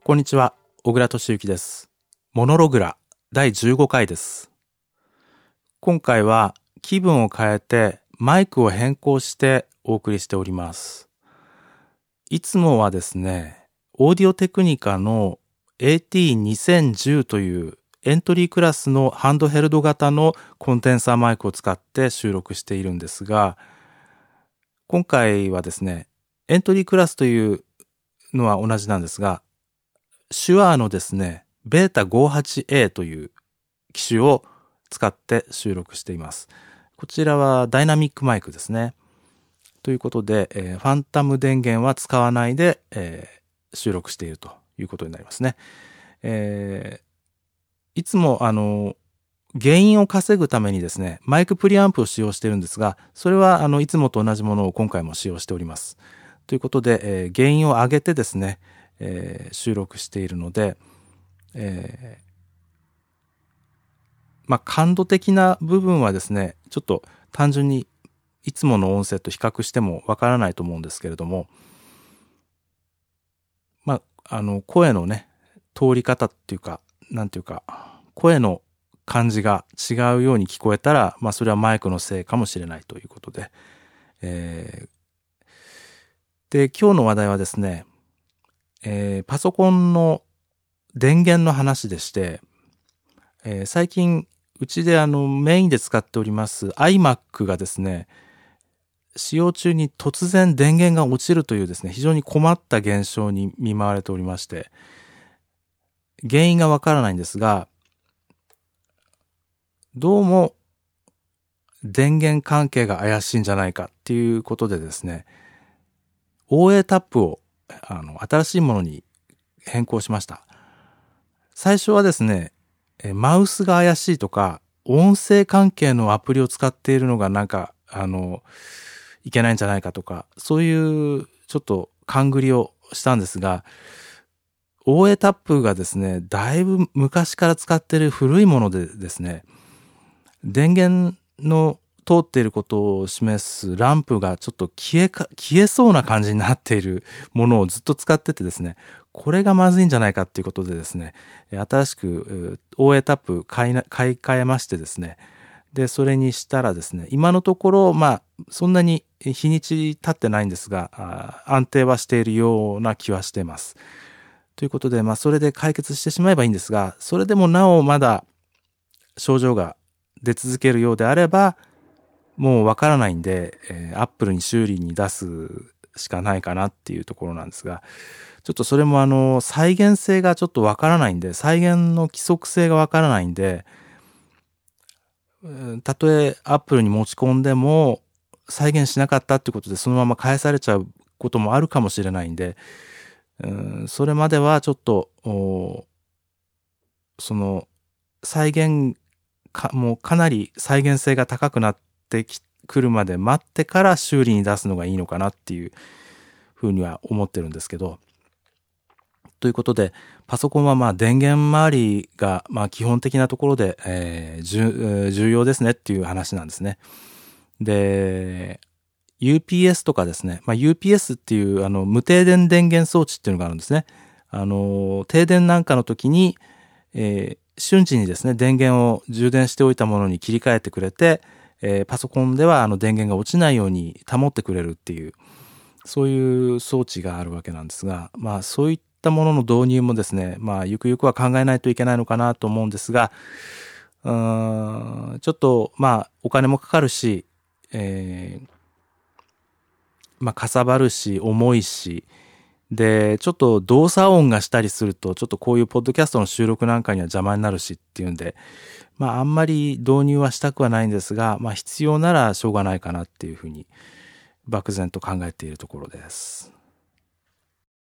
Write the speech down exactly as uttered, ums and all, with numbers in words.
こんにちは、小倉俊之です。モノログラだいじゅうごかいです。今回は気分を変えてマイクを変更してお送りしております。いつもはですね、オーディオテクニカの エーティーにせんじゅう というエントリークラスのハンドヘルド型のコンデンサーマイクを使って収録しているんですが、今回はですね、エントリークラスというのは同じなんですが、シュアーのですね、ベータ ごじゅうはちエー という機種を使って収録しています。こちらはダイナミックマイクですね。ということで、えー、ファンタム電源は使わないで、えー、収録しているということになりますね。えー、いつもあのゲインを稼ぐためにですね、マイクプリアンプを使用しているんですが、それはあのいつもと同じものを今回も使用しております。ということで、えー、ゲインを上げてですね、えー、収録しているので、えー、まあ感度的な部分はですね、ちょっと単純にいつもの音声と比較してもわからないと思うんですけれども、まああの声のね通り方っていうか、なんていうか、声の感じが違うように聞こえたら、まあそれはマイクのせいかもしれないということで、えー、で今日の話題はですね、えー、パソコンの電源の話でして、えー、最近うちであのメインで使っております iMac がですね、使用中に突然電源が落ちるというですね、非常に困った現象に見舞われておりまして、原因がわからないんですが、どうも電源関係が怪しいんじゃないかっていうことでですね、オーエー タップをあの新しいものに変更しました。最初はですね、マウスが怪しいとか、音声関係のアプリを使っているのがなんか、あの、いけないんじゃないかとか、そういうちょっと勘繰りをしたんですが、オーエー タップがですね、だいぶ昔から使っている古いものでですね、電源の通っていることを示すランプがちょっと消えか、消えそうな感じになっているものをずっと使っててですね、これがまずいんじゃないかっていうことでですね、新しく オーエー タップ買いな、買い替えましてですね、で、それにしたらですね、今のところ、まあ、そんなに日にち経ってないんですが、安定はしているような気はしています。ということで、まあ、それで解決してしまえばいいんですが、それでもなおまだ症状が出続けるようであれば、もうわからないんで、えー、Apple に修理に出すしかないかなっていうところなんですが、ちょっとそれもあの、再現性がちょっとわからないんで、再現の規則性がわからないんで、たとえ Apple に持ち込んでも再現しなかったってことでそのまま返されちゃうこともあるかもしれないんで、うん、それまではちょっと、その再現か、もうかなり再現性が高くなってくるまで待ってから修理に出すのがいいのかなっていうふうには思ってるんですけど、ということでパソコンはまあ電源周りがまあ基本的なところで、えー、重要ですねっていう話なんですね。で ユーピーエス とかですね、まあ、ユーピーエス っていうあの無停電電源装置っていうのがあるんですね。あの停電なんかの時に、えー、瞬時にですね電源を充電しておいたものに切り替えてくれて、えー、パソコンではあの電源が落ちないように保ってくれるっていうそういう装置があるわけなんですが、まあそういったものの導入もですね、まあゆくゆくは考えないといけないのかなと思うんですが、うーんちょっとまあお金もかかるし、えー、まあかさばるし重いし、でちょっと動作音がしたりするとちょっとこういうポッドキャストの収録なんかには邪魔になるしっていうんで、まああんまり導入はしたくはないんですが、まあ必要ならしょうがないかなっていうふうに漠然と考えているところです。